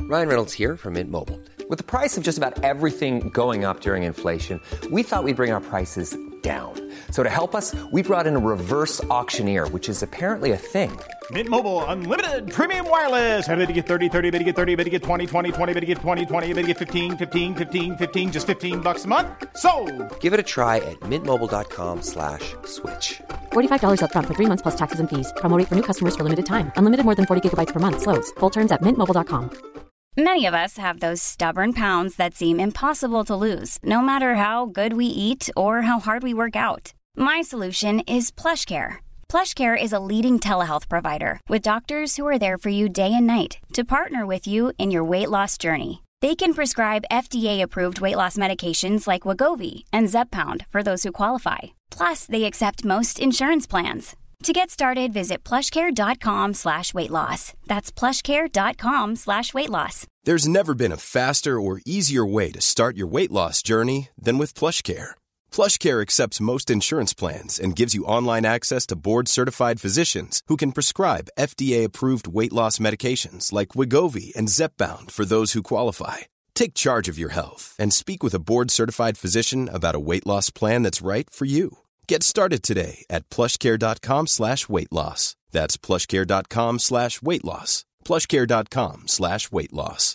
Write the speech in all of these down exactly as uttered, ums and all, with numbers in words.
Ryan Reynolds here from Mint Mobile. With the price of just about everything going up during inflation, we thought we'd bring our prices down. So to help us, we brought in a reverse auctioneer, which is apparently a thing. Mint Mobile Unlimited Premium Wireless. How to get thirty, thirty, how to get thirty, how to get twenty, twenty, twenty, how to get twenty, twenty, how to get fifteen, fifteen, fifteen, fifteen, just fifteen bucks a month? Sold! Give it a try at mintmobile.com slash switch. forty-five dollars up front for three months plus taxes and fees. Promo rate for new customers for limited time. Unlimited more than forty gigabytes per month. Slows full terms at mint mobile dot com. Many of us have those stubborn pounds that seem impossible to lose, no matter how good we eat or how hard we work out. My solution is PlushCare. PlushCare is a leading telehealth provider with doctors who are there for you day and night to partner with you in your weight loss journey. They can prescribe F D A-approved weight loss medications like Wegovy and Zepbound for those who qualify. Plus, they accept most insurance plans. To get started, visit plushcare.com slash weight loss. That's plushcare.com slash weight loss. There's never been a faster or easier way to start your weight loss journey than with PlushCare. PlushCare accepts most insurance plans and gives you online access to board-certified physicians who can prescribe F D A-approved weight loss medications like Wegovy and Zepbound for those who qualify. Take charge of your health and speak with a board-certified physician about a weight loss plan that's right for you. Get started today at plushcare.com slash weight loss. That's plushcare.com slash weight loss. plushcare.com slash weight loss.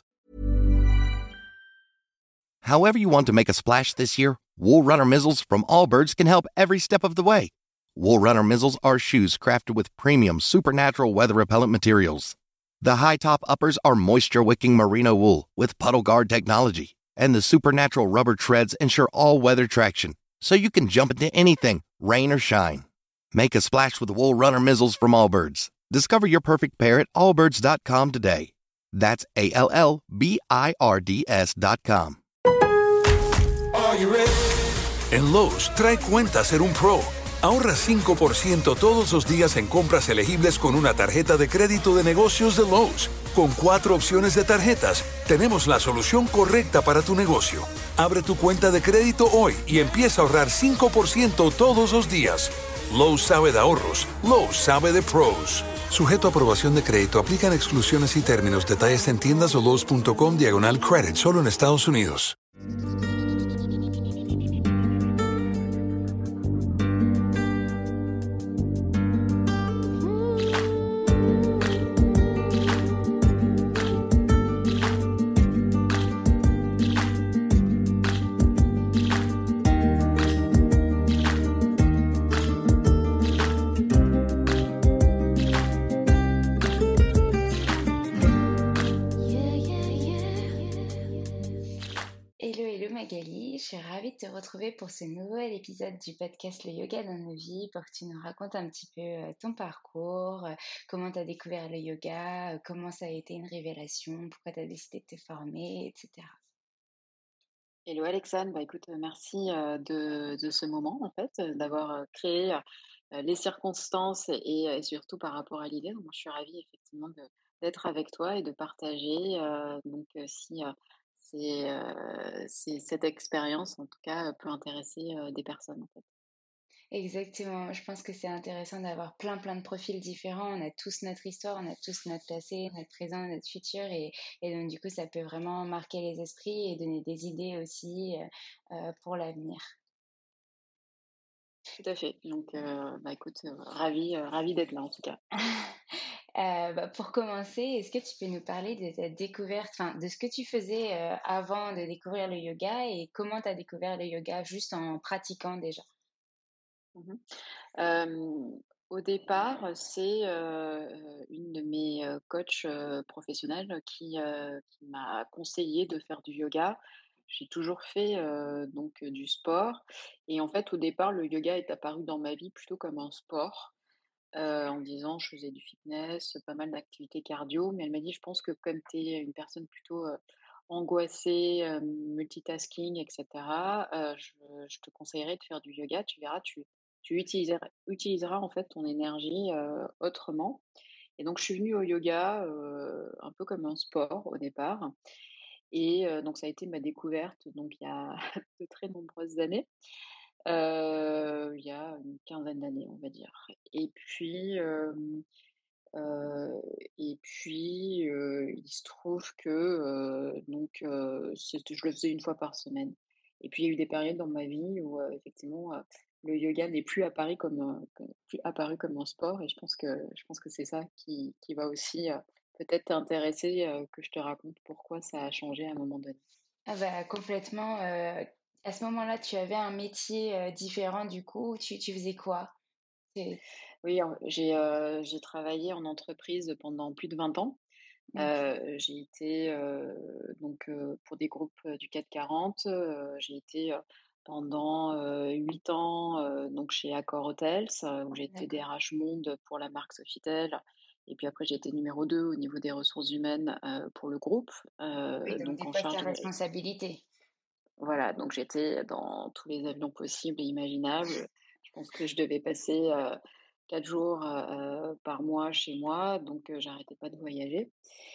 However you want to make a splash this year, Wool Runner Mizzles from Allbirds can help every step of the way. Wool Runner Mizzles are shoes crafted with premium supernatural weather-repellent materials. The high top uppers are moisture-wicking merino wool with puddle guard technology, and the supernatural rubber treads ensure all-weather traction, so you can jump into anything, rain or shine. Make a splash with Wool Runner Mizzles from Allbirds. Discover your perfect pair at allbirds dot com today. That's A L L B I R D S dot com. Are you ready? En Lowe's, trae cuenta ser un pro. Ahorra cinco por ciento todos los días en compras elegibles con una tarjeta de crédito de negocios de Lowe's. Con cuatro opciones de tarjetas, tenemos la solución correcta para tu negocio. Abre tu cuenta de crédito hoy y empieza a ahorrar cinco por ciento todos los días. Lowe's sabe de ahorros. Lowe's sabe de pros. Sujeto a aprobación de crédito, aplican exclusiones y términos. Detalles en tiendas o lowes punto com diagonal credit, solo en Estados Unidos. Magali, je suis ravie de te retrouver pour ce nouvel épisode du podcast Le Yoga dans nos vies, pour que tu nous racontes un petit peu euh, ton parcours, euh, comment tu as découvert le yoga, euh, comment ça a été une révélation, pourquoi tu as décidé de te former, et cetera. Hello Alexandre, bah écoute, euh, merci euh, de, de ce moment en fait, euh, d'avoir euh, créé euh, les circonstances et, et surtout par rapport à l'idée. Donc, moi, je suis ravie effectivement de- d'être avec toi et de partager. Euh, donc euh, si euh, c'est, euh, c'est- cette expérience en tout cas euh, peut intéresser euh, des personnes en fait. Exactement, je pense que c'est intéressant d'avoir plein plein de profils différents, on a tous notre histoire, on a tous notre passé, notre présent, notre futur, et, et donc du coup ça peut vraiment marquer les esprits et donner des idées aussi euh, euh, pour l'avenir. Tout à fait. Donc euh, bah écoute, euh, ravi, euh, ravi d'être là en tout cas. Euh, bah, pour commencer, est-ce que tu peux nous parler de ta découverte, enfin de ce que tu faisais euh, avant de découvrir le yoga et comment tu as découvert le yoga juste en pratiquant déjà? Mhm. Euh, Au départ, c'est euh, une de mes euh, coachs euh, professionnels qui, euh, qui m'a conseillé de faire du yoga. J'ai toujours fait euh, donc euh, du sport et en fait au départ le yoga est apparu dans ma vie plutôt comme un sport euh, en me disant je faisais du fitness, pas mal d'activités cardio, mais elle m'a dit je pense que comme tu es une personne plutôt euh, angoissée, euh, multitasking, et cetera euh, je, je te conseillerais de faire du yoga, tu verras, tu, tu utiliseras, utiliseras en fait ton énergie euh, autrement. Et donc je suis venue au yoga euh, un peu comme un sport au départ. Et euh, donc ça a été ma découverte donc il y a de très nombreuses années. Heu, il y a une quinzaine d'années, on va dire. Et puis, hem, Heu et puis, heu, il se trouve que, heu, donc heu, c'était je le faisais une fois par semaine et puis il y a eu des périodes dans ma vie où, heu, effectivement, heu, le yoga n'est plus apparu comme, heu, comme plus apparu comme un sport et je pense que je pense que c'est ça qui qui va aussi, heu, peut-être t'intéresser, heu, que je te raconte pourquoi ça a changé à un moment donné. Ah bah, complètement, heu, à ce moment-là, tu avais un métier, heu, différent du coup, tu tu faisais quoi? C'est Oui, en j'ai, heu, j'ai travaillé en entreprise pendant plus de vingt ans. OK, Heu, j'ai été, heu, donc heu, pour des groupes, heu, du CAC quarante, heu, j'ai été, heu, pendant, heu, huit ans, heu, donc chez Accor Hotels, heu, où j'étais d'accord. D R H Monde pour la marque Sofitel et puis après j'ai été numéro deux au niveau des ressources humaines, heu, pour le groupe, Oui, heu, donc donc des en postes charge à de la responsabilité. voilà, donc j'étais dans tous les avions possibles et imaginables. Je pense que je devais passer, heu, quatre jours, heu heu, par mois chez moi, donc heu, j'arrêtais pas de voyager.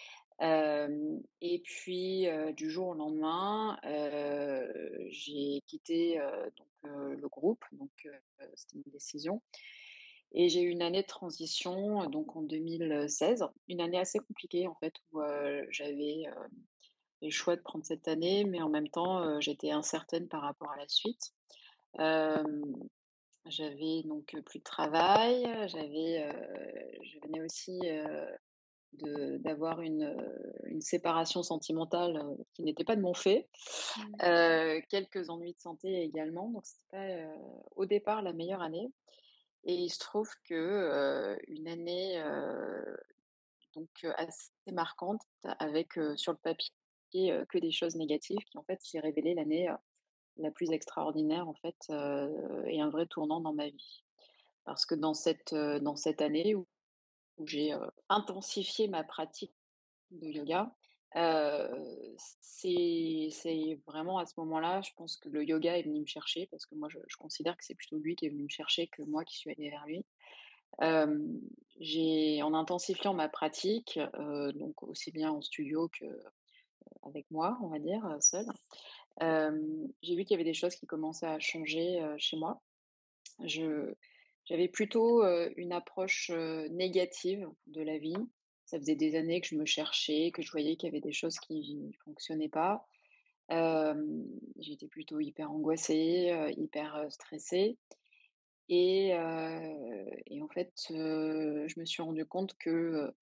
Hem et puis, heu, du jour au lendemain, heu, j'ai quitté, heu, donc heu, le groupe, donc heu, c'était une décision et j'ai eu une année de transition, donc en deux mille seize. Une année assez compliquée en fait où, heu, j'avais, heu, fait le choix de prendre cette année, mais en même temps, heu, j'étais incertaine par rapport à la suite. Hem, j'avais donc, heu, plus de travail, j'avais, heu, je venais aussi, heu de d'avoir une, heu, une séparation sentimentale, heu, qui n'était pas de mon fait. Mmh. Heu, quelques ennuis de santé également, donc c'était pas, heu, au départ la meilleure année et il se trouve que, heu, une année, heu, donc heu, assez marquante avec, heu, sur le papier, heu, que des choses négatives qui en fait s'est révélée l'année, heu, la plus extraordinaire en fait, heu et un vrai tournant dans ma vie. Parce que dans cette, heu, dans cette année où où j'ai, heu, intensifié ma pratique de yoga. Heu, c'est c'est vraiment à ce moment-là, je pense que le yoga est venu me chercher parce que moi je je considère que c'est plutôt lui qui est venu me chercher que moi qui suis allée vers lui. Hem, j'ai en intensifiant ma pratique, heu, donc aussi bien en studio qu'avec moi, on va dire, heu, seule, hem, j'ai vu qu'il y avait des choses qui commençaient à changer, heu, chez moi. Je J'avais plutôt, heu, une approche, heu, négative de la vie. Ça faisait des années que je me cherchais, que je voyais qu'il y avait des choses qui ne fonctionnaient pas. Hem, j'étais plutôt hyper angoissée, heu, hyper, heu, stressée et heu et en fait, heu, je me suis rendu compte que, heu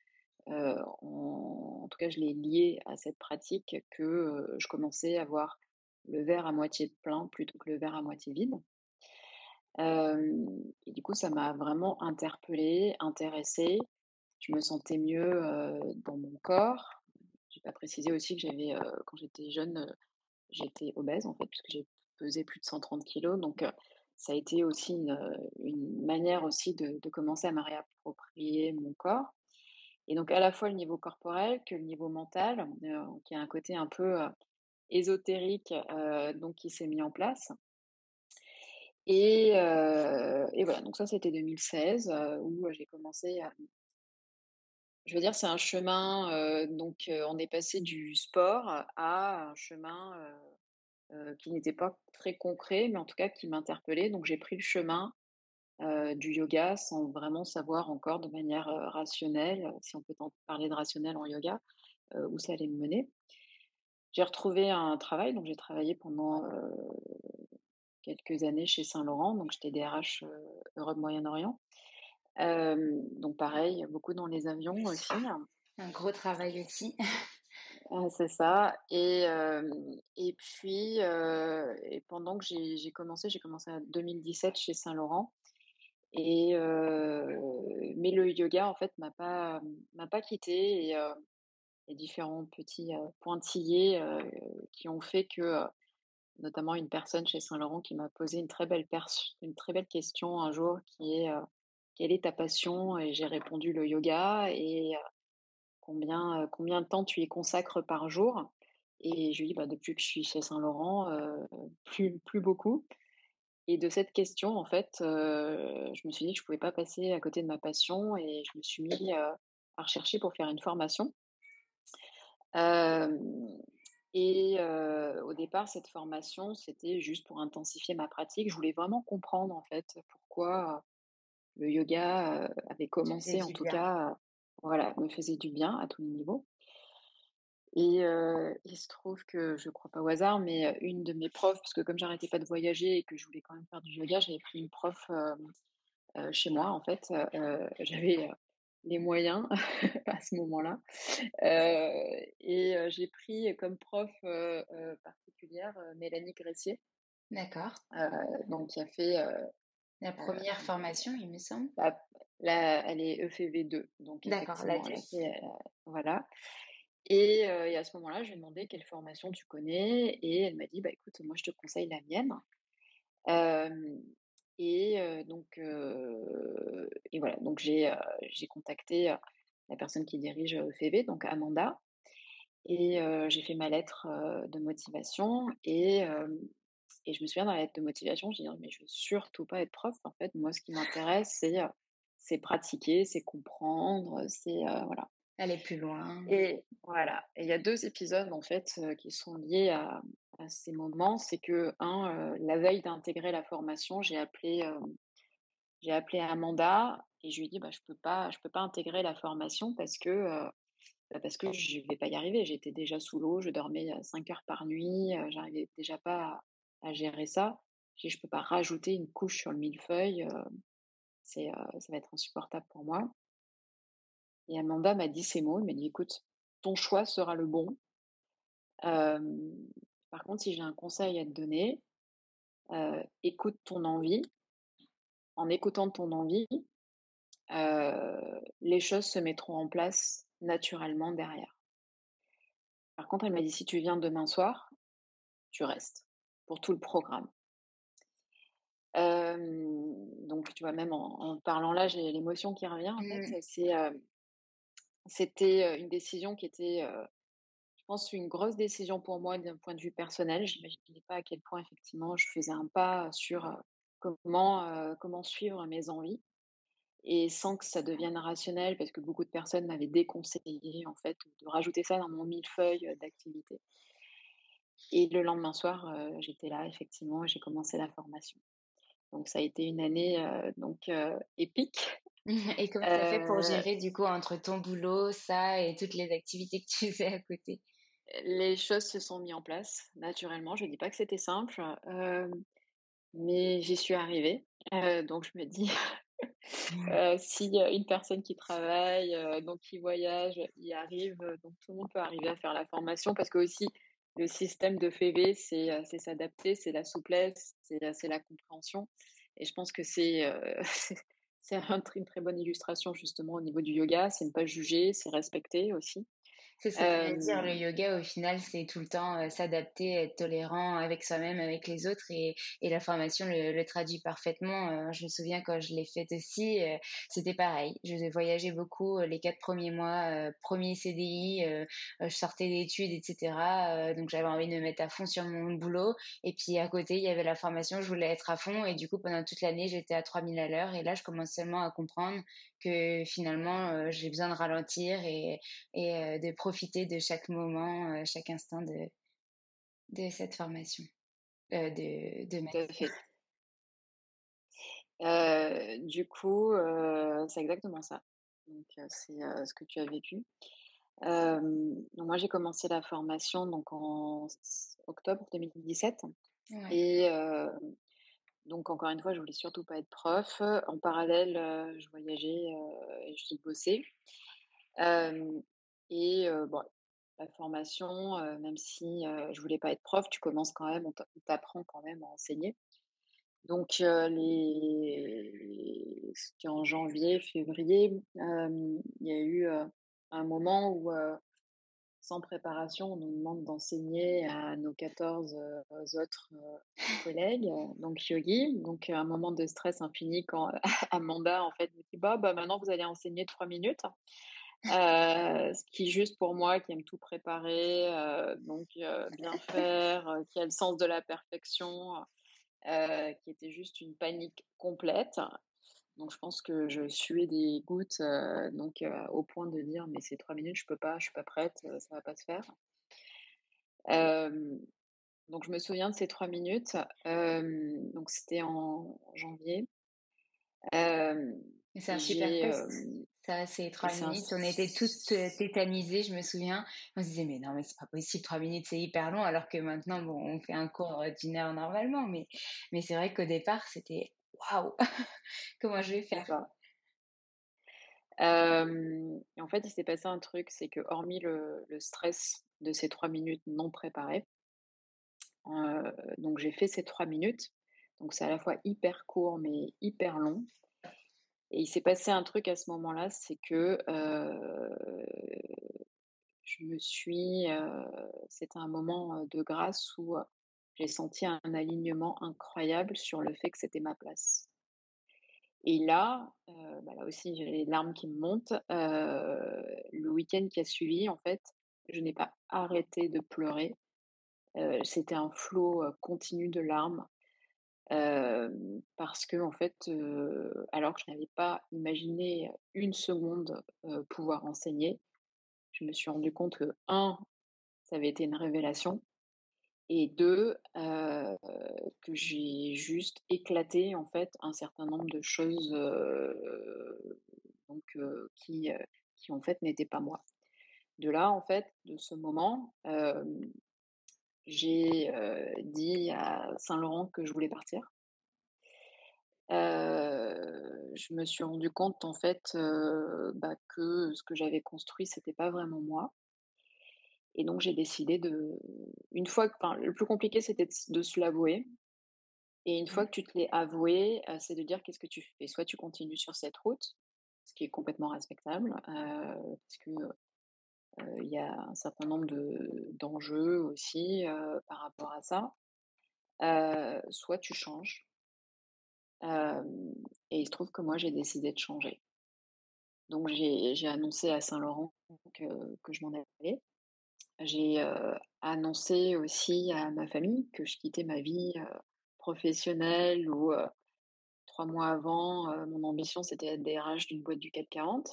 en en tout cas, je l'ai lié à cette pratique que, heu, je commençais à voir le verre à moitié plein plutôt que le verre à moitié vide. Hem et du coup, ça m'a vraiment interpellée, intéressée. Je me sentais mieux, heu, dans mon corps. J'ai pas précisé aussi que j'avais, heu, quand j'étais jeune, heu, j'étais obèse en fait, puisque j'ai pesé plus de cent trente kilogrammes donc heu, ça a été aussi une, heu, une manière aussi de de commencer à me réapproprier mon corps et donc à la fois le niveau corporel que le niveau mental, heu, qui a un côté un peu, heu, ésotérique, heu, donc qui s'est mis en place. Et heu et voilà, donc ça, c'était deux mille seize, heu, où j'ai commencé à je veux dire, c'est un chemin, heu, donc heu, on est passé du sport à un chemin, heu heu, qui n'était pas très concret, mais en tout cas qui m'interpellait. Donc j'ai pris le chemin, heu, du yoga sans vraiment savoir encore de manière, heu, rationnelle, si on peut en parler de rationnel en yoga, heu, où ça allait me mener. J'ai retrouvé un travail, donc j'ai travaillé pendant, heu, quelques années chez Saint-Laurent, donc j'étais D R H, heu, Europe Moyen-Orient. Hem, donc pareil, beaucoup dans les avions aussi. Un gros travail aussi. Heu, c'est ça et hem et puis, heu et pendant que j'ai j'ai commencé j'ai commencé en deux mille dix-sept chez Saint-Laurent et heu, mais le yoga en fait m'a pas m'a pas quittée et heu, il y a différents petits, heu, pointillés, heu, qui ont fait que, heu, notamment une personne chez Saint-Laurent qui m'a posé une très belle pers une très belle question un jour qui est, heu: «Quelle est ta passion?» et j'ai répondu: «Le yoga» et heu: «Combien, heu, combien de temps tu y consacres par jour?» et je lui dis: «Bah, depuis que je suis chez Saint-Laurent, heu, plus plus beaucoup» et de cette question, en fait, heu, je me suis dit que je pouvais pas passer à côté de ma passion et je me suis mis, heu, à rechercher pour faire une formation. Hem et heu, au départ, cette formation, c'était juste pour intensifier ma pratique. Je voulais vraiment comprendre, en fait, pourquoi, heu, le yoga, heu, avait Te faisait commencé, en du tout bien. cas, voilà, me faisait du bien à tous les niveaux. Et heu, il se trouve que, je crois pas au hasard, mais heu, une de mes profs, parce que comme j'arrêtais pas de voyager et que je voulais quand même faire du yoga, j'avais pris une prof, hem, heu, chez moi en fait, heu heu, j'avais, heu, les moyens à ce moment-là, heu et heu, j'ai pris comme prof, heu heu, particulière, heu, Mélanie Gressier, D'accord. heu, donc qui a fait, heu La heu, première formation, il me semble? bah, là, elle est E F V deux, donc D'accord, la effectivement, elle deux. a fait, heu, voilà. Et heu et à ce moment-là, je lui ai demandé: «Quelle formation tu connais?» Et elle m'a dit: «Bah, écoute, moi, je te conseille la mienne». Hem et heu, donc heu et voilà, donc j'ai, heu, j'ai contacté, heu, la personne qui dirige, heu, E F V, donc Amanda, et heu, j'ai fait ma lettre, heu, de motivation et hem et je me souviens dans la lettre de motivation, j'ai dit: «Mais je veux surtout pas être prof, en fait. Moi, ce qui m'intéresse, c'est, heu, c'est pratiquer, c'est comprendre, c'est, heu, voilà». Aller plus loin. Et voilà, et il y a deux épisodes en fait, heu, qui sont liés à à ces moments. C'est que un, heu, la veille d'intégrer la formation, j'ai appelé, hem, j'ai appelé Amanda et je lui ai dit: «Bah, je peux pas je peux pas intégrer la formation parce que, heu, bah, parce que je vais pas y arriver». J'étais déjà sous l'eau, je dormais, heu, cinq heures par nuit, heu, j'arrivais déjà pas à à gérer ça. J'ai dit: «Je peux pas rajouter une couche sur le millefeuille, heu, c'est, heu, ça va être insupportable pour moi». Et Amanda m'a dit ces mots, elle m'a dit: «Écoute, ton choix sera le bon. Hem, par contre, si j'ai un conseil à te donner, heu, écoute ton envie. En écoutant ton envie, heu, les choses se mettront en place naturellement derrière. Par contre», elle m'a dit: «Si tu viens demain soir, tu restes pour tout le programme». Hem, donc tu vois, même en en parlant là, j'ai l'émotion qui revient en fait. Mmh. C'est, heu, c'était, heu, une décision qui était, heu, je pense une grosse décision pour moi d'un point de vue personnel. J'imaginais pas à quel point effectivement je faisais un pas sur, heu, comment, heu, comment suivre mes envies et sans que ça devienne rationnel, parce que beaucoup de personnes m'avaient déconseillé en fait de rajouter ça dans mon millefeuille, heu, d'activités. Et le lendemain soir, heu, j'étais là effectivement et j'ai commencé la formation. Donc ça a été une année, heu, donc heu, épique. Et comment tu as fait pour Heu, gérer du coup entre ton boulot, ça et toutes les activités que tu fais à côté? les choses se sont mis en place naturellement. Je dis pas que c'était simple, hem, mais j'y suis arrivée. Heu, donc je me dis, heu, si, heu, une personne qui travaille, heu, donc qui voyage, y arrive, heu, donc tout le monde peut arriver à faire la formation. Parce que aussi le système de F E V, c'est, heu, c'est s'adapter, c'est la souplesse, c'est, heu, c'est la compréhension et je pense que c'est, heu, c'est c'est un tr une très bonne illustration justement au niveau du yoga. C'est ne pas juger, c'est respecter aussi. C'est ce que j'allais dire, le Hem yoga au final, c'est tout le temps, heu, s'adapter, être tolérant avec soi-même, avec les autres et et la formation le le traduit parfaitement. Heu, je me souviens quand je l'ai faite aussi, heu, c'était pareil. Je voyageais beaucoup, heu, les quatre premiers mois, heu, un C D I, heu heu, je sortais d'études et cetera, heu, donc j'avais envie de me mettre à fond sur mon boulot et puis à côté, il y avait la formation, je voulais être à fond et du coup, pendant toute l'année, j'étais à trois mille à l'heure et là, je commence seulement à comprendre que finalement, heu, j'ai besoin de ralentir et et heu, de profiter de chaque moment, heu, chaque instant de de cette formation, heu, de de ma Tout à vie. fait. Heu, du coup, heu, c'est exactement ça. Donc heu, c'est, heu, ce que tu as vécu. Hem, donc moi, j'ai commencé la formation donc en s octobre deux mille dix-sept Ouais. et heu, donc encore une fois, je voulais surtout pas être prof. En parallèle, heu, je voyageais, heu et je bossais. Hem et heu, bon, la formation, heu, même si, heu, je voulais pas être prof, tu commences quand même, on t'a on t'apprend quand même à enseigner. Donc heu, les c'était en janvier, février, hem, il y a eu, heu, un moment où, heu, sans préparation, on nous demande d'enseigner à nos quatorze, heu, autres, heu, collègues, heu, donc yogis. Donc un moment de stress infini quand Amanda, en fait, me dit: «Bah bah, maintenant vous allez enseigner trois minutes». Heu, ce qui juste pour moi qui aime tout préparer, heu, donc heu, bien faire, heu, qui a le sens de la perfection, heu, qui était juste une panique complète. Donc je pense que je suais des gouttes, heu, donc heu, au point de dire: «Mais ces trois minutes, je peux pas, je suis pas prête, heu, ça va pas se faire». Hem, donc je me souviens de ces trois minutes, hem, donc c'était en janvier. Hem, Mais c'est un super j'ai, test. hem Ça, ces Et trois c'est un minutes, on était tous euh, tétanisés, je me souviens. On se disait: «Mais non, mais c'est pas possible, trois minutes, c'est hyper long», alors que maintenant, bon, on fait un cours, heu, d'une heure normalement, mais mais c'est vrai qu'au départ, c'était: «Waouh! Comment je vais c'est faire?» ça. Hem et en fait, il s'est passé un truc, c'est que hormis le le stress de ces trois minutes non préparées, heu, donc j'ai fait ces trois minutes, donc c'est à la fois hyper court, mais hyper long et il s'est passé un truc à ce moment-là, c'est que, heu, je me suis, heu, c'était un moment, heu, de grâce où, heu, j'ai senti un alignement incroyable sur le fait que c'était ma place et là, heu, bah, là aussi j'ai les larmes qui me montent, heu, le week-end qui a suivi, en fait, je n'ai pas arrêté de pleurer, heu, c'était un flot, heu, continu de larmes, hem, parce qu'en fait, heu, alors que je n'avais pas imaginé une seconde, heu, pouvoir enseigner, je me suis rendu compte que un ça avait été une révélation et deux heu, que j'ai juste éclaté, en fait, un certain nombre de choses, heu, donc heu, qui, heu, qui en fait n'étaient pas moi. De là, en fait, de ce moment, hem, j'ai, heu, dit à Saint-Laurent que je voulais partir. Heu, je me suis rendu compte, en fait, heu, bah, que ce que j'avais construit, c'était pas vraiment moi et donc j'ai décidé de une fois que enfin, le plus compliqué, c'était de s de se l'avouer et une fois Mmh. que tu te l'es avoué, heu, c'est de dire qu'est-ce que tu fais. Soit tu continues sur cette route, ce qui est complètement respectable, heu, parce que, heu, il y a un certain nombre de d'enjeux aussi, heu, par rapport à ça, heu, soit tu changes, hem et il se trouve que moi, j'ai décidé de changer. Donc j'ai j'ai annoncé à Saint-Laurent que que je m'en allais. J'ai, heu, annoncé aussi à ma famille que je quittais ma vie, heu, professionnelle où, heu, trois mois avant, heu, mon ambition c'était d'être D R H d'une boîte du CAC quarante,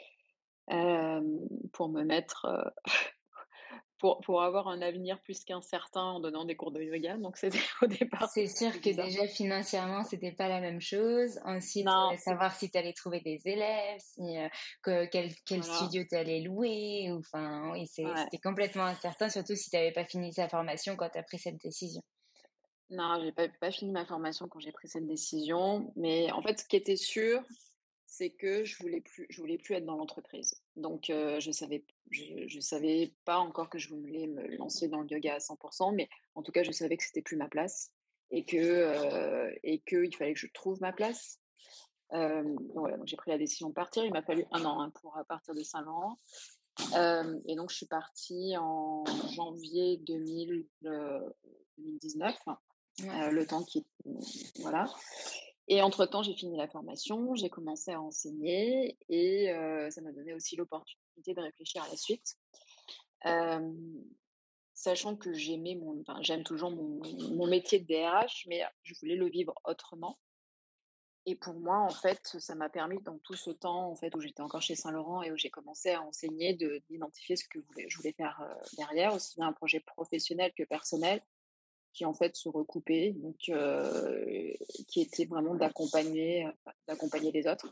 hem, pour me mettre, heu, pour pour avoir un avenir plus qu'incertain en donnant des cours de yoga, donc c'était au départ, C'est c'était un peu sûr que bizarre. déjà financièrement, c'était pas la même chose. Ensuite, Non, heu, c'est savoir si tu allais trouver des élèves, si, heu, que quel quel voilà, studio tu allais louer ou enfin, oui, c'est ouais. c'était complètement incertain, surtout si tu avais pas fini ta formation quand tu as pris cette décision. Non, j'ai pas pas fini ma formation quand j'ai pris cette décision, mais en fait, ce qui était sûr, c'est que je voulais plus je voulais plus être dans l'entreprise. Donc heu, je savais je je savais pas encore que je voulais me lancer dans le yoga à cent pour cent, mais en tout cas, je savais que c'était plus ma place et que, heu et qu'il fallait que je trouve ma place. Hem, donc voilà, donc j'ai pris la décision de partir. Il m'a fallu un an, hein, pour, heu, partir de Saint-Laurent. Hem et donc je suis partie en janvier deux mille, heu, deux mille dix-neuf. Ouais. Heu, le temps qui voilà et entre-temps, j'ai fini la formation, j'ai commencé à enseigner et heu, ça m'a donné aussi l'opportunité de réfléchir à la suite. Hem, sachant que j'aimais mon enfin, j'aime toujours mon mon métier de D R H, mais je voulais le vivre autrement et pour moi, en fait, ça m'a permis dans tout ce temps, en fait, où j'étais encore chez Saint-Laurent et où j'ai commencé à enseigner, de d'identifier ce que voulais je voulais faire, heu, derrière, aussi bien un projet professionnel que personnel. Qui en fait se recoupaient, donc heu, qui était vraiment d'accompagner, heu, d'accompagner les autres.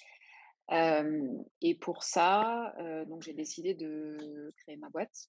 Hem et pour ça, heu, donc j'ai décidé de créer ma boîte,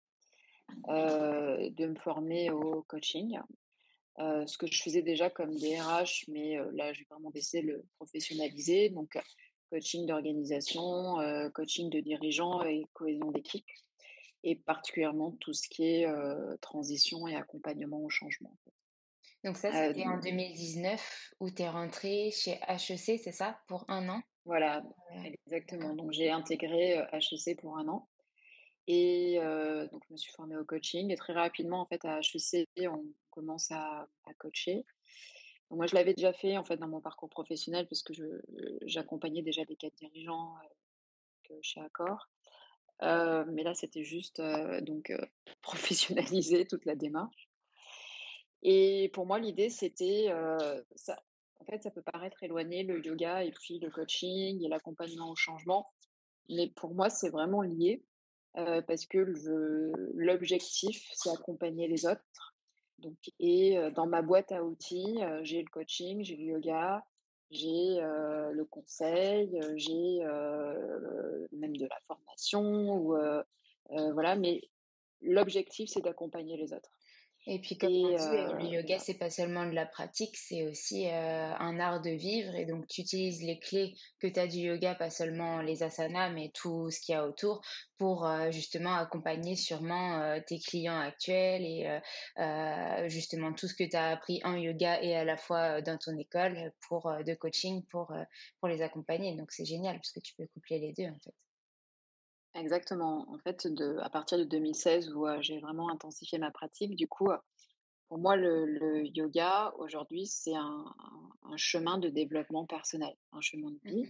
heu, de me former au coaching, heu, ce que je faisais déjà comme D R H, mais heu, là, j'ai vraiment décidé de le professionnaliser, donc heu, coaching d'organisation, heu, coaching de dirigeants et cohésion d'équipe et particulièrement tout ce qui est, heu, transition et accompagnement au changement. Donc ça, c'était en Heu deux mille dix-neuf où tu es rentrée chez H E C, c'est ça? Pour un an? Voilà, Ouais, exactement. d'accord. Donc j'ai intégré, heu, H E C pour un an et heu, donc je me suis formée au coaching et très rapidement, en fait, à H E C, on commence à à coacher. Donc moi, je l'avais déjà fait, en fait, dans mon parcours professionnel puisque je j'accompagnais déjà des cadres dirigeants, heu, donc chez Accor. Heu, mais là, c'était juste, heu, donc heu, professionnaliser toute la démarche et pour moi, l'idée, c'était, heu, ça en fait, ça peut paraître éloigné, le yoga et puis le coaching et l'accompagnement au changement. Mais pour moi, c'est vraiment lié, heu, parce que le l'objectif, c'est accompagner les autres. Donc et heu, dans ma boîte à outils, heu, j'ai le coaching, j'ai le yoga, j'ai euh, le conseil, euh, j'ai euh, même de la formation, ou euh, euh, voilà, mais l'objectif, c'est d'accompagner les autres. Et puis, comme on Et dit, euh, le euh, yoga, c'est pas seulement de la pratique, c'est aussi euh, un art de vivre. Et donc, tu utilises les clés que tu as du yoga, pas seulement les asanas, mais tout ce qu'il y a autour, pour euh, justement accompagner sûrement euh, tes clients actuels et euh, euh, justement tout ce que tu as appris en yoga et à la fois euh, dans ton école pour euh, de coaching pour, euh, pour les accompagner. Donc, c'est génial parce que tu peux coupler les deux, en fait. exactement, en fait, de, à partir de deux mille seize, où euh, j'ai vraiment intensifié ma pratique, du coup, euh, pour moi, le, le yoga, aujourd'hui, c'est un, un- un chemin de développement personnel, un chemin de vie, Mhm.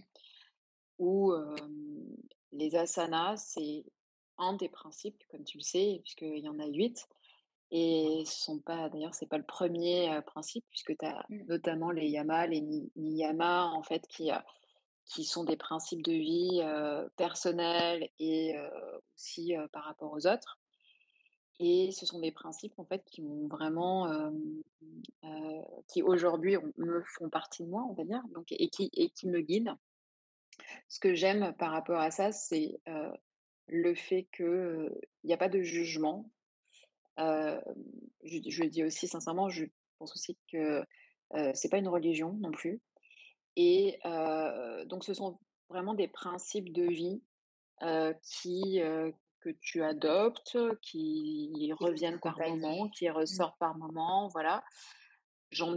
où euh, les asanas, c'est un des principes, comme tu le sais, puisqu'il y en a huit. Et ce sont pas, d'ailleurs, c'est pas le premier euh, principe, puisque tu as Mm. notamment les yamas, les ni- niyamas, en fait, qui, euh, qui sont des principes de vie euh, personnels et euh, aussi euh, par rapport aux autres. Et ce sont des principes, en fait, qui m'ont vraiment, euh, euh, qui aujourd'hui on- me font partie de moi, on va dire, donc, et qui, et qui me guident. Ce que j'aime par rapport à ça, c'est euh, le fait qu'il n'y a pas de jugement. Euh, je, je le dis aussi sincèrement, je pense aussi que euh, c'est pas une religion non plus. Et euh, donc, ce sont vraiment des principes de vie euh, qui, euh, que tu adoptes, qui Qui vont reviennent par moment, t'accompagner. qui Mm. ressortent par moment, voilà. J'en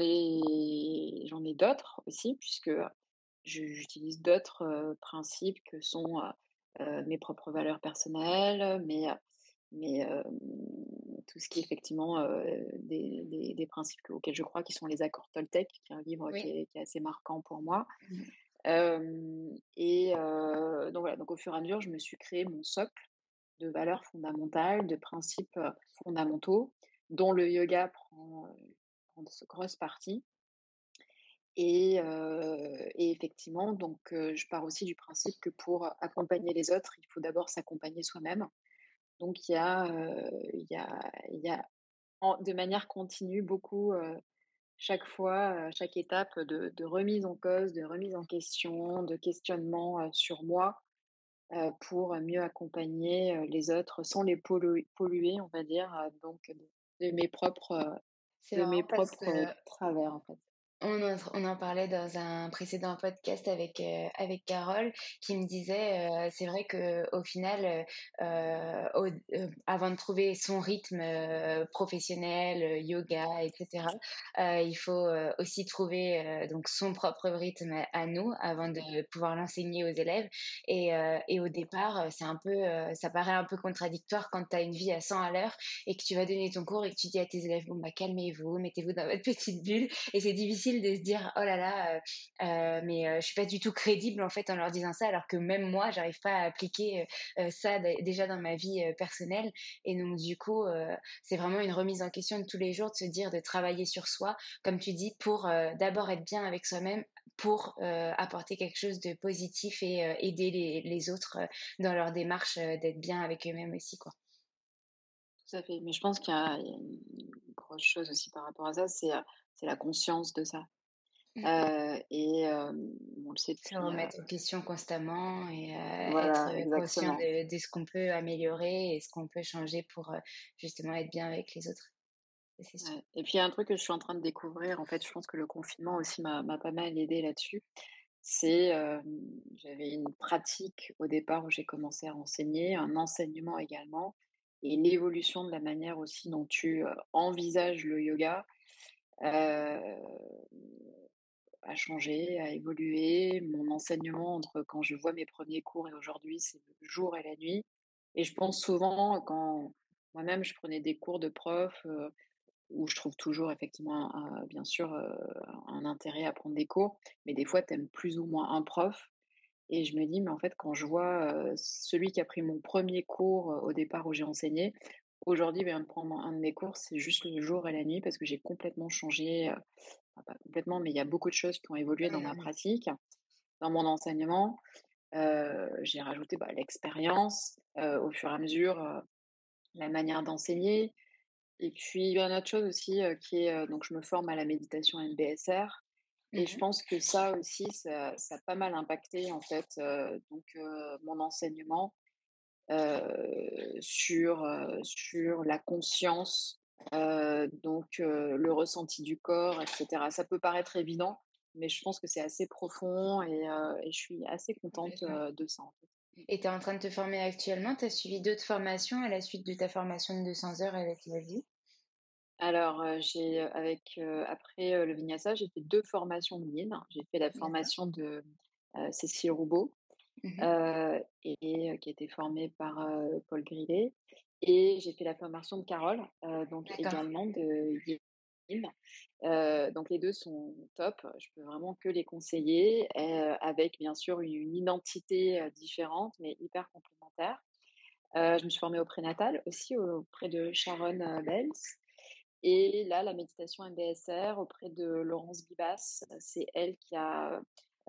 ai, j'en ai d'autres aussi, puisque je- j'utilise d'autres euh, principes que sont euh, euh, mes propres valeurs personnelles, mais, mais euh, tout ce qui est effectivement euh, des, des- des principes que- auxquels je crois, qui sont les accords Toltec, qui est un livre qui Oui. est, qui est assez marquant pour moi. Mhm. Euh, et euh, donc voilà, donc au fur et à mesure, je me suis créé mon socle de valeurs fondamentales, de principes euh, fondamentaux, dont le yoga prend, euh, prend une grosse partie. Et, euh, et effectivement, donc euh, je pars aussi du principe que pour accompagner les autres, il faut d'abord s'accompagner soi-même. Donc il y a, euh, il y a, il y a en- de manière continue beaucoup, euh, chaque fois, euh, chaque étape de, de remise en cause, de remise en question, de questionnement euh, sur moi, euh, pour mieux accompagner euh, les autres sans les pollu- polluer, on va dire, euh, donc de, de mes propres, euh, C'est de mes marrant parce propres euh, que travers, en fait. On en, on en parlait dans un précédent podcast avec euh, avec Carole qui me disait euh, c'est vrai que au final euh, au- euh, avant de trouver son rythme euh, professionnel euh, yoga et cetera euh, il faut euh, aussi trouver euh, donc son propre rythme à nous avant de pouvoir l'enseigner aux élèves et euh, et au départ euh, c'est un peu euh, ça paraît un peu contradictoire quand tu as une vie à cent à l'heure et que tu vas donner ton cours et que tu dis à tes élèves bon bah calmez-vous, mettez-vous dans votre petite bulle et c'est difficile de se dire oh là là, euh, euh, mais euh, je suis pas du tout crédible en fait en leur disant ça, alors que même moi, j'arrive pas à appliquer euh, ça d- déjà dans ma vie euh, personnelle. Et donc du coup, euh, c'est vraiment une remise en question de tous les jours, de se dire de travailler sur soi, comme tu dis, pour euh, d'abord être bien avec soi-même, pour euh, apporter quelque chose de positif et euh, aider les, les autres euh, dans leur démarche euh, d'être bien avec eux-mêmes aussi, quoi. Tout à fait. Mais je pense qu'il y a, il y a une grosse chose aussi par rapport à ça, c'est euh, c'est la conscience de ça. Euh, et euh, on le sait Se depuis. euh, remettre en question constamment et euh, être voilà, euh, conscient exactement. de, de ce qu'on peut améliorer et ce qu'on peut changer pour euh, justement être bien avec les autres. Ça, c'est sûr. Ouais. Et puis il y a un truc que je suis en train de découvrir, en fait, je pense que le confinement aussi m'a m'a pas mal aidé là-dessus. C'est, euh, j'avais une pratique au départ où j'ai commencé à enseigner, un enseignement également, et l'évolution de la manière aussi dont tu euh, envisages le yoga. Euh, a changé, a évolué. Mon enseignement, entre quand je vois mes premiers cours et aujourd'hui, c'est le jour et la nuit. Et je pense souvent, quand moi-même je prenais des cours de prof, euh, où je trouve toujours effectivement, un- un- bien sûr, euh, un intérêt à prendre des cours, mais des fois, tu aimes plus ou moins un prof. Et je me dis, mais en fait, quand je vois euh, celui qui a pris mon premier cours euh, au départ où j'ai enseigné, aujourd'hui, il vient de prendre un de mes cours, c'est juste le jour et la nuit parce que j'ai complètement changé, euh, enfin, pas complètement, mais il y a beaucoup de choses qui ont évolué dans ma pratique, dans mon enseignement. Euh, j'ai rajouté bah, l'expérience euh, au fur et à mesure, euh, la manière d'enseigner. Et puis, il y a une autre chose aussi euh, qui est, euh, donc je me forme à la méditation M B S R. Et je Mmh. pense que ça aussi, ça ça a pas mal impacté en fait, heu, donc heu, mon enseignement, heu, sur, heu, sur la conscience, heu, donc heu, le ressenti du corps et cetera. Ça peut paraître évident, mais je pense que c'est assez profond et heu et je suis assez contente, Complètement. heu, de ça, en fait. Mmh. Et tu es en train de te former actuellement? Tu as suivi d'autres formations à la suite de ta formation de deux cents heures avec la vie? Alors, heu, j'ai, heu, avec, heu, après, heu, le Vinyasa, j'ai fait deux formations de guide. J'ai fait la D'accord. formation de, heu, Cécile Roubaud, Mmh. heu et heu, qui a été formée par, heu, Paul Grillet et j'ai fait la formation de Carole, heu, donc D'accord. également de guide. Heu, donc les deux sont top, je peux vraiment que les conseiller, heu, avec bien sûr une une identité, heu, différente mais hyper complémentaire. Heu, je me suis formée au prénatal aussi auprès de Sharon, heu, Belz et là, la méditation M B S R auprès de Laurence Bibas. C'est elle qui a,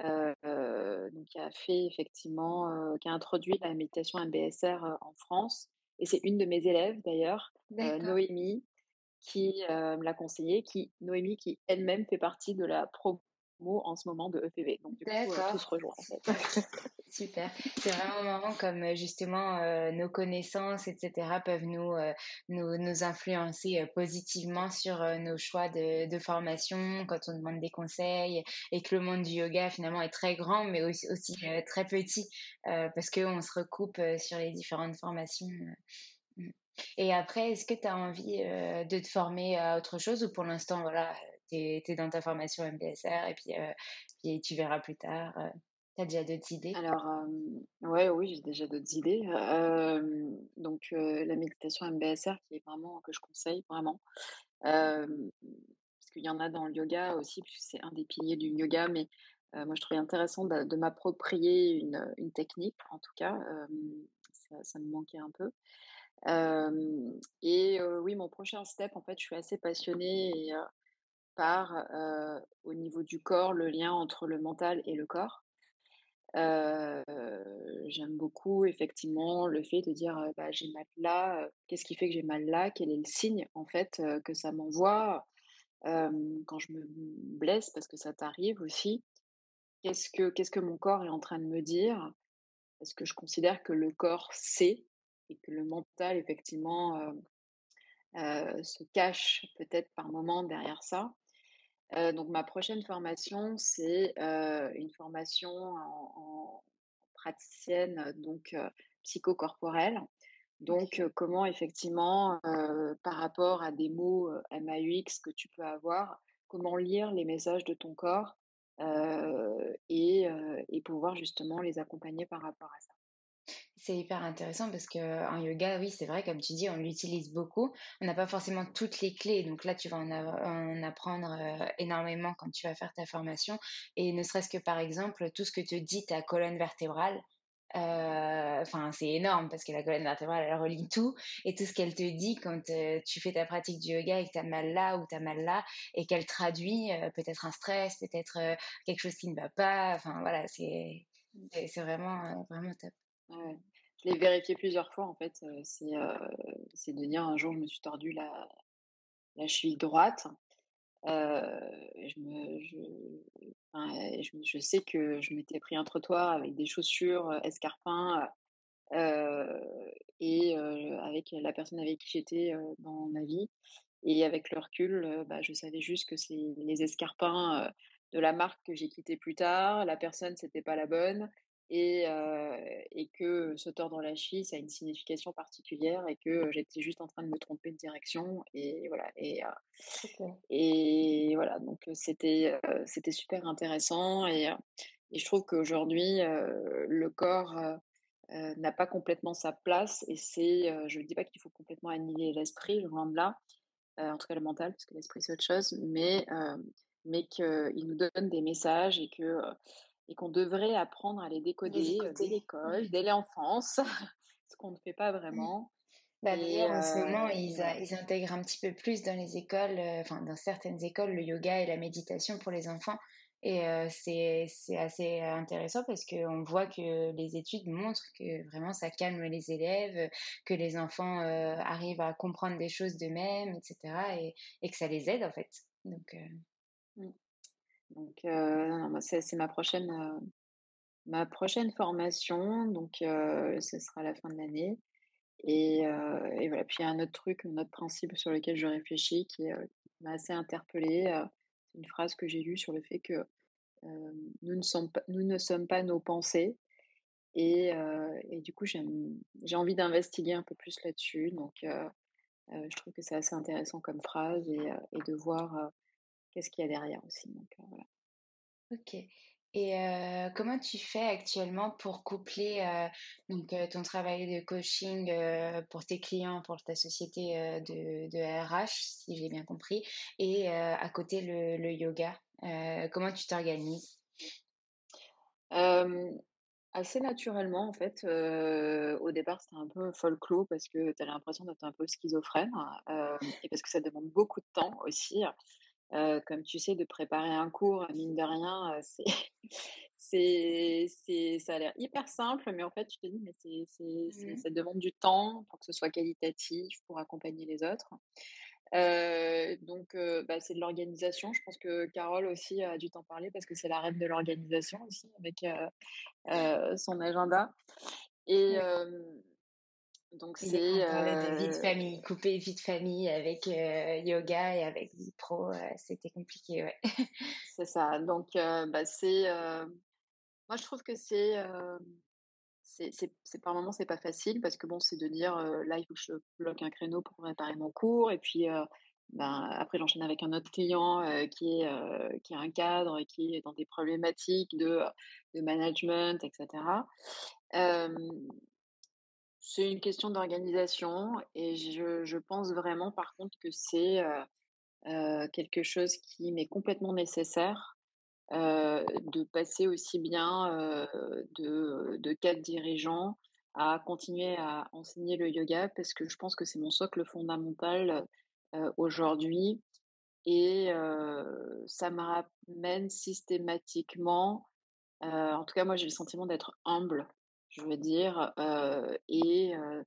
heu, donc qui a fait effectivement, heu, qui a introduit la méditation M B S R, heu, en France et c'est une de mes élèves d'ailleurs, heu, D'accord. Noémie, qui, heu, me l'a conseillé, qui Noémie qui elle-même fait partie de la promo en ce moment de E P V. Donc du coup, heu, tout D'accord. se rejoint en fait. Super. Super. C'est vraiment marrant comme, heu, justement, heu, nos connaissances et cetera peuvent nous, heu, nous nous influencer, heu, positivement sur, heu, nos choix de de formation quand on demande des conseils et que le monde du yoga finalement est très grand mais aussi aussi, heu, très petit, heu, parce qu'on se recoupe, heu, sur les différentes formations, heu, mmh. Et après, est-ce que tu as envie, heu, de te former à autre chose ou pour l'instant, voilà, tu es dans ta formation M B S R et puis, heu, puis tu verras plus tard, heu, tu as déjà d'autres idées? Alors, hem, ouais, oui, j'ai déjà d'autres idées. Hem, donc, heu, la méditation M B S R qui est vraiment que je conseille vraiment. Hem, parce qu'il y en a dans le yoga aussi, puisque c'est un des piliers du yoga, mais, heu, moi je trouvais intéressant de de m'approprier une, une technique, en tout cas, hem, ça ça me manquait un peu. Hem et heu, oui, mon prochain step, en fait, je suis assez passionnée et heu, par, heu, au niveau du corps, le lien entre le mental et le corps. Heu, J'aime beaucoup effectivement le fait de dire, heu: «Bah, j'ai mal là, heu, qu'est-ce qui fait que j'ai mal là? Quel est le signe en fait, heu, que ça m'envoie?» Hem, quand je me blesse, parce que ça t'arrive aussi, qu'est-ce que qu'est-ce que mon corps est en train de me dire? Parce que je considère que le corps sait et que le mental effectivement, heu heu, se cache peut-être par moment derrière ça. Heu, donc ma prochaine formation, c'est, heu, une formation en en praticienne, heu, donc heu, psychocorporelle. Donc OK. heu, comment effectivement, heu, par rapport à des mots, heu, M A U X que tu peux avoir, comment lire les messages de ton corps, heu et heu et pouvoir justement les accompagner par rapport à ça. C'est hyper intéressant parce qu'en yoga, oui, c'est vrai, comme tu dis, on l'utilise beaucoup. On n'a pas forcément toutes les clés, donc là, tu vas en av en apprendre, heu, énormément quand tu vas faire ta formation et ne serait-ce que, par exemple, tout ce que te dit ta colonne vertébrale, heu, enfin, c'est énorme parce que la colonne vertébrale, elle relie tout et tout ce qu'elle te dit quand, heu, tu fais ta pratique du yoga et que tu as mal là ou tu as mal là et qu'elle traduit, heu, peut-être un stress, peut-être, heu, quelque chose qui ne va pas, enfin voilà, c'est Mmh. c'est c'est vraiment, heu, vraiment top. Ouais, ouais. Je l'ai vérifié plusieurs fois en fait, heu, c'est, heu, c'est de dire un jour je me suis tordu la la cheville droite. Heu, et je me je enfin, et je me je sais que je m'étais pris un trottoir avec des chaussures, heu, escarpins, heu et heu, avec la personne avec qui j'étais, heu, dans ma vie et avec le recul, heu, bah, je savais juste que c'est les escarpins, heu, de la marque que j'ai quittée plus tard. La personne, c'était pas la bonne et heu et que se tordre la cheville, ça a une signification particulière et que j'étais juste en train de me tromper de direction et voilà et heu OK. et voilà, donc heu, c'était, heu, c'était super intéressant et heu et je trouve qu'aujourd'hui, heu, le corps, heu heu, n'a pas complètement sa place et c'est, heu, je ne dis pas qu'il faut complètement annihiler l'esprit, loin de là, heu, en tout cas le mental, parce que l'esprit c'est autre chose, mais hem, mais qu'il nous donne des messages et que, heu et qu'on devrait apprendre à les Les décoder, heu, dès écouter. l'école, dès l'enfance, ce qu'on ne fait pas Mmh. vraiment Bah, et d'ailleurs, en ce moment, heu et ils a voilà. ils intègrent un petit peu plus dans les écoles, heu, enfin, dans certaines écoles, le yoga et la méditation pour les enfants et heu, c'est c'est assez intéressant parce qu'on voit que les études montrent que vraiment ça calme les élèves, que les enfants, heu, arrivent à comprendre des choses d'eux-mêmes et cetera et et que ça les aide, en fait. Donc heu, Mmh. Donc, heu, non, non, moi, c'est c'est ma prochaine, heu, ma prochaine formation, donc heu, ce sera à la fin de l'année et heu et voilà. Puis il y a un autre truc, un autre principe sur lequel je réfléchis qui, heu, qui m'a assez interpellée, heu, c'est une phrase que j'ai lue sur le fait que, heu, nous ne sommes pas nous ne sommes pas nos pensées et heu et du coup, j'aime j'ai envie d'investiguer un peu plus là-dessus, donc heu heu, je trouve que c'est assez intéressant comme phrase et heu et de voir, heu, qu'est-ce qu'il y a derrière aussi, donc heu, voilà. OK. Et heu, comment tu fais actuellement pour coupler, heu, donc heu, ton travail de coaching, heu, pour tes clients, pour ta société, heu, de de R H, si j'ai bien compris, et heu, à côté le le yoga? Heu, comment tu t'organises? Hem, Assez naturellement, en fait, heu, au départ, c'était un peu folklore parce que tu as l'impression d'être un peu schizophrène, hem et parce que ça demande beaucoup de temps aussi. Heu, comme tu sais, de préparer un cours, mine de rien, heu, c'est c'est c'est ça a l'air hyper simple, mais en fait, tu te dis: «Mais c'est c'est c'est Mmh. ça demande du temps pour que ce soit qualitatif, pour accompagner les autres». Heu, donc heu, bah, c'est de l'organisation. Je pense que Carole aussi a dû t'en parler parce que c'est la reine de l'organisation aussi avec, heu heu, son agenda et Oui. hem, donc Hier, c'est, on parlait de vie de heu famille, couper vie de famille avec, heu, yoga et avec vie pro, heu, c'était compliqué, ouais. c'est ça. Donc heu, bah, c'est, heu, moi je trouve que c'est, hem C'est c'est c'est par moments, c'est pas facile parce que bon, c'est de dire, heu: «Là, il faut que je bloque un créneau pour préparer mon cours» et puis, heu, ben, après j'enchaîne avec un autre client, heu, qui est, heu, qui est un cadre et qui est dans des problématiques de, heu, de management et cetera. Hem, c'est une question d'organisation et je je pense vraiment par contre que c'est, heu heu, quelque chose qui m'est complètement nécessaire, heu, de passer aussi bien, heu, de de cadre dirigeant à continuer à enseigner le yoga parce que je pense que c'est mon socle fondamental, heu, aujourd'hui et heu, ça me ramène systématiquement, heu, en tout cas moi j'ai le sentiment d'être humble, je veux dire, heu et heu,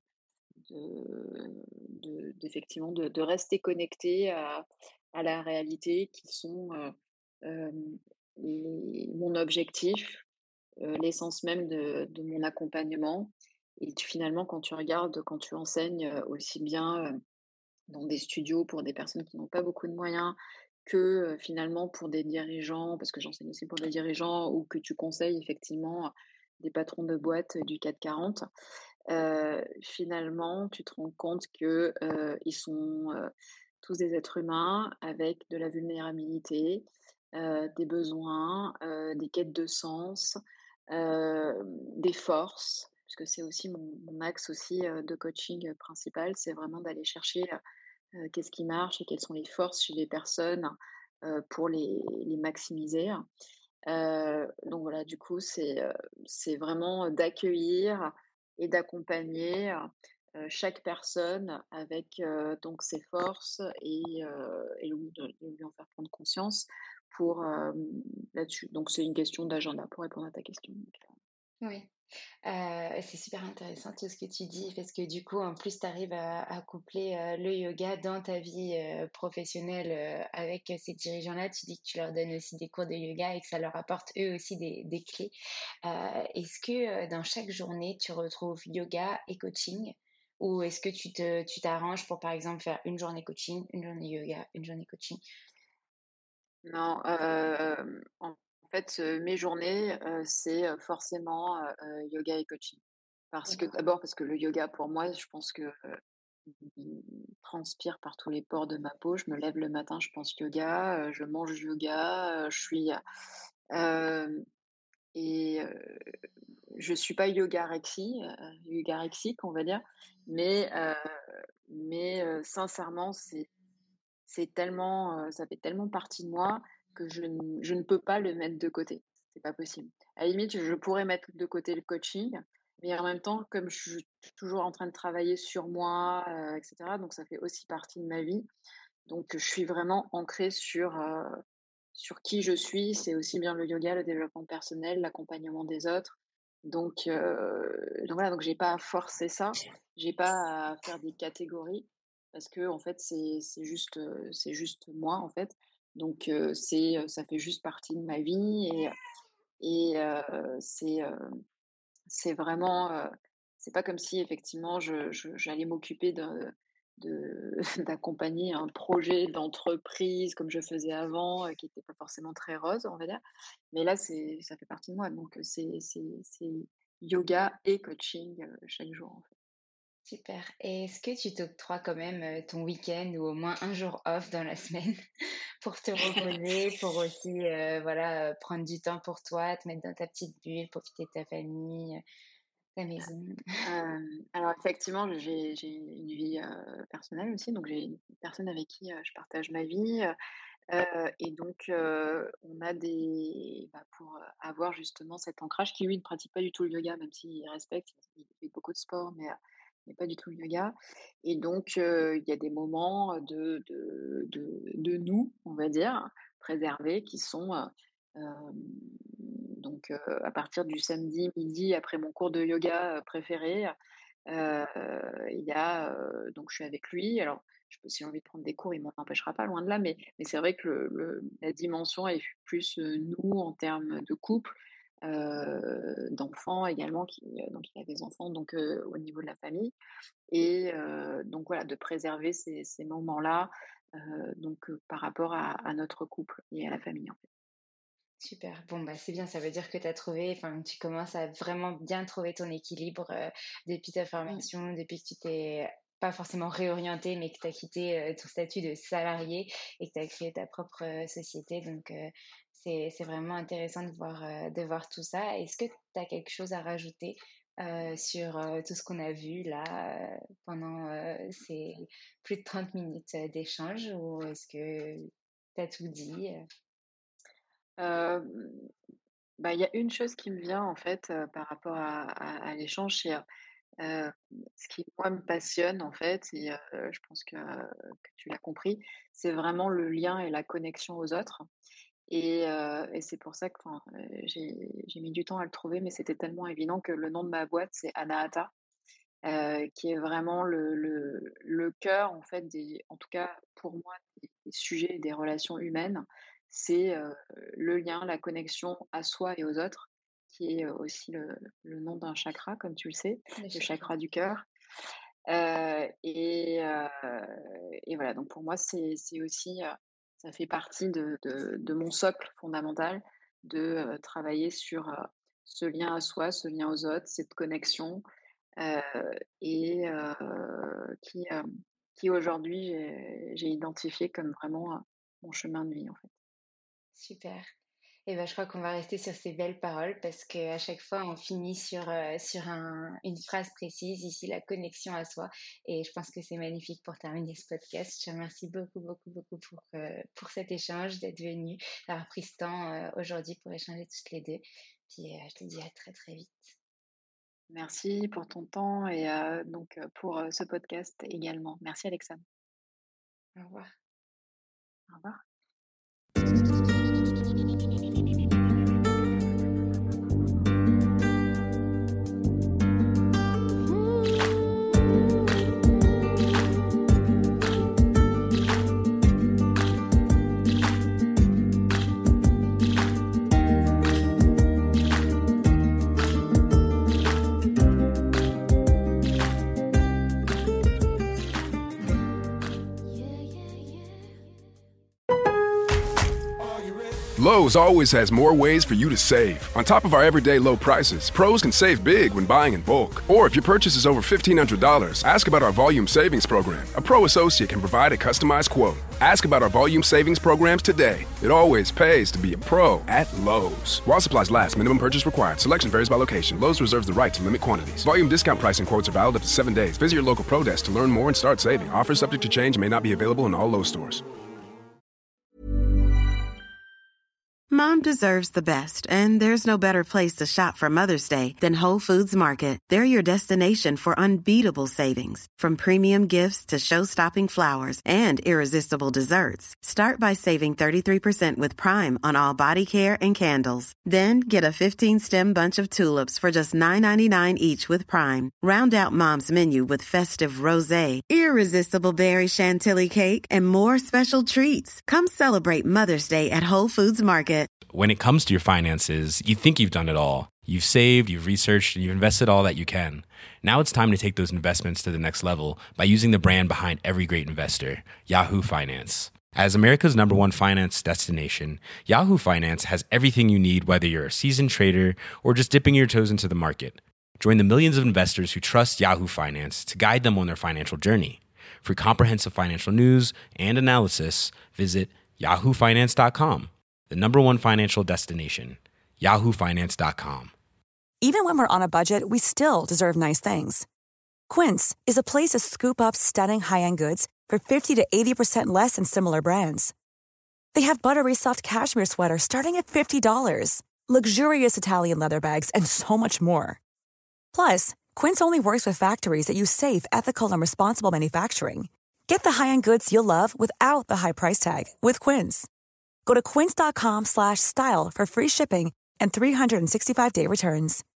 de de d'effectivement de de rester connecté à à la réalité qui sont, heu, hem, les mon objectif, heu, l'essence même de de mon accompagnement et tu finalement quand tu regardes, quand tu enseignes, heu, aussi bien, heu, dans des studios pour des personnes qui n'ont pas beaucoup de moyens que, heu, finalement pour des dirigeants, parce que j'enseigne aussi pour des dirigeants ou que tu conseilles effectivement des patrons de boîtes du CAC quarante. Heu, finalement, tu te rends compte que, heu, ils sont, heu, tous des êtres humains avec de la vulnérabilité, heu, des besoins, heu, des quêtes de sens, hem, des forces, puisque c'est aussi mon mon axe aussi, heu, de coaching, heu, principal, c'est vraiment d'aller chercher, heu heu, qu'est-ce qui marche et quelles sont les forces chez les personnes, heu, pour les les maximiser. Heu, donc voilà, du coup, c'est, heu, c'est vraiment d'accueillir et d'accompagner, heu, chaque personne avec, heu, donc ses forces et heu et oui, de de lui en faire prendre conscience pour, hem, là-dessus. Donc c'est une question d'agenda pour répondre à ta question, donc heu, Oui. Heu, c'est super intéressant tout ce que tu dis parce que du coup, en plus, tu arrives à à coupler, heu, le yoga dans ta vie, heu, professionnelle, heu, avec, heu, ces dirigeants-là. Tu dis que tu leur donnes aussi des cours de yoga et que ça leur apporte eux aussi des des clés. Heu, est-ce que, heu, dans chaque journée, tu retrouves yoga et coaching? Ou est-ce que tu te tu t'arranges pour, par exemple, faire une journée coaching, une journée yoga, une journée coaching? non, hem, en fait, heu, mes journées, heu, c'est, heu, forcément, heu heu, yoga et coaching. Parce que D'accord. d'abord parce que le yoga pour moi, je pense que, heu, il transpire par tous les pores de ma peau. Je me lève le matin, je pense yoga, heu, je mange yoga, heu, je suis, hem et heu, je suis pas yogarexie, heu, yogarexique, on va dire, mais heu mais heu, sincèrement, c'est c'est tellement, heu, ça fait tellement partie de moi que je ne je ne peux pas le mettre de côté. C'est pas possible. À la limite, je pourrais mettre de côté le coaching, mais en même temps, comme je suis toujours en train de travailler sur moi, heu et cetera, donc ça fait aussi partie de ma vie. Donc je suis vraiment ancrée sur, heu, sur qui je suis. C'est aussi bien le yoga, le développement personnel, l'accompagnement des autres. Donc heu, donc voilà, donc j'ai pas à forcer ça. J'ai pas à faire des catégories parce que en fait, c'est c'est juste, heu, c'est juste moi, en fait. Donc euh, c'est, ça fait juste partie de ma vie et, et euh, c'est, euh, c'est vraiment, euh, c'est pas comme si effectivement je, je- j'allais m'occuper de, de- d'accompagner un projet d'entreprise comme je faisais avant, euh, qui n'était pas forcément très rose, on va dire. Mais là, c'est, ça fait partie de moi. Donc, euh, c'est, c'est, c'est yoga et coaching euh, chaque jour, en fait. Super. Et est-ce que tu t'octroies quand même euh, ton week-end ou au moins un jour off dans la semaine pour te reposer, pour aussi euh, voilà, euh, prendre du temps pour toi, te mettre dans ta petite bulle, profiter de ta famille, euh, ta maison? Euh, alors, effectivement, j'ai, j'ai une vie euh, personnelle aussi. Donc, j'ai une personne avec qui euh, je partage ma vie. euh, et donc, euh, on a des. Bah, pour euh, avoir justement cet ancrage, qui lui ne pratique pas du tout le yoga, même s'il respecte, il fait beaucoup de sport, mais, euh, mais pas du tout le yoga. Et donc, euh, il y a des moments de, de, de, de nous, on va dire, préservés, qui sont. euh, euh, donc, euh, à partir du samedi midi, après mon cours de yoga euh, préféré, euh, il y a. Euh, donc, je suis avec lui. Alors, je peux, si j'ai envie de prendre des cours, il m'en empêchera pas, loin de là. Mais, mais c'est vrai que le, le- la dimension est plus euh, nous en termes de couple, euh, d'enfants également. Qui, euh, donc, il a des enfants, donc euh, au niveau de la famille. Et euh, donc, voilà, de préserver ces, ces moments-là, euh, donc euh, par rapport à, à notre couple et à la famille, en fait. Super. Bon, bah, c'est bien. Ça veut dire que tu as trouvé, enfin, tu commences à vraiment bien trouver ton équilibre euh, depuis ta Mm. formation, depuis que tu t'es pas forcément réorienté, mais que tu as quitté euh, ton statut de salarié et que tu as créé ta propre euh, société. Donc, euh, c'est, c'est vraiment intéressant de voir, euh, de voir tout ça. Est-ce que tu as quelque chose à rajouter euh, sur euh, tout ce qu'on a vu là euh, pendant euh, ces plus de trente minutes euh, d'échange ou est-ce que tu as tout dit? euh Euh, Bah, il y a une chose qui me vient en fait euh, par rapport à, à- à l'échange, c'est euh, ce qui moi me passionne en fait, et euh, je pense que, que tu l'as compris, c'est vraiment le lien et la connexion aux autres. Et, euh, et c'est pour ça que 'fin, euh, j'ai j'ai mis du temps à le trouver, mais c'était tellement évident que le nom de ma boîte, c'est Anahata, euh, qui est vraiment le, le, le cœur, en fait, des, en tout cas pour moi, des, des sujets des relations humaines. C'est euh, le lien, la connexion à soi et aux autres, qui est euh, aussi le, le nom d'un chakra, comme tu le sais, Le le chakra. chakra du cœur. Euh, et, euh, et voilà, donc pour moi, c'est c'est aussi, euh, ça fait partie de, de, de mon socle fondamental de euh, travailler sur euh, ce lien à soi, ce lien aux autres, cette connexion, euh, et euh, qui, euh, qui aujourd'hui j'ai j'ai identifié comme vraiment euh, mon chemin de vie en fait. Super. Et ben, je crois qu'on va rester sur ces belles paroles parce qu'à chaque fois, on finit sur, euh, sur un- une phrase précise, ici la connexion à soi. Et je pense que c'est magnifique pour terminer ce podcast. Je te remercie beaucoup, beaucoup, beaucoup pour, euh, pour cet échange, d'être venu, d'avoir pris ce temps euh, aujourd'hui pour échanger toutes les deux. Puis euh, je te dis à très, très vite. Merci pour ton temps et euh, donc euh, pour euh, ce podcast également. Merci Alexandre. Au revoir. Au revoir. Lowe's always has more ways for you to save. On top of our everyday low prices, pros can save big when buying in bulk. Or if your purchase is over fifteen hundred dollars, ask about our volume savings program. A pro associate can provide a customized quote. Ask about our volume savings programs today. It always pays to be a pro at Lowe's. While supplies last, minimum purchase required. Selection varies by location. Lowe's reserves the right to limit quantities. Volume discount pricing quotes are valid up to seven days. Visit your local pro desk to learn more and start saving. Offers subject to change and may not be available in all Lowe's stores. Mom deserves the best, and there's no better place to shop for Mother's Day than Whole Foods Market. They're your destination for unbeatable savings, from premium gifts to show-stopping flowers and irresistible desserts. Start by saving thirty-three percent with Prime on all body care and candles. Then get a fifteen-stem bunch of tulips for just nine ninety-nine each with Prime. Round out Mom's menu with festive rosé, irresistible berry chantilly cake, and more special treats. Come celebrate Mother's Day at Whole Foods Market. When it comes to your finances, you think you've done it all. You've saved, you've researched, and you've invested all that you can. Now it's time to take those investments to the next level by using the brand behind every great investor, Yahoo Finance. As America's number one finance destination, Yahoo Finance has everything you need, whether you're a seasoned trader or just dipping your toes into the market. Join the millions of investors who trust Yahoo Finance to guide them on their financial journey. For comprehensive financial news and analysis, visit yahoo finance dot com. The number one financial destination, yahoo finance dot com. Even when we're on a budget, we still deserve nice things. Quince is a place to scoop up stunning high-end goods for fifty to eighty percent less than similar brands. They have buttery soft cashmere sweaters starting at fifty dollars, luxurious Italian leather bags, and so much more. Plus, Quince only works with factories that use safe, ethical, and responsible manufacturing. Get the high-end goods you'll love without the high price tag with Quince. Go to quince dot com slash style for free shipping and three sixty-five day returns.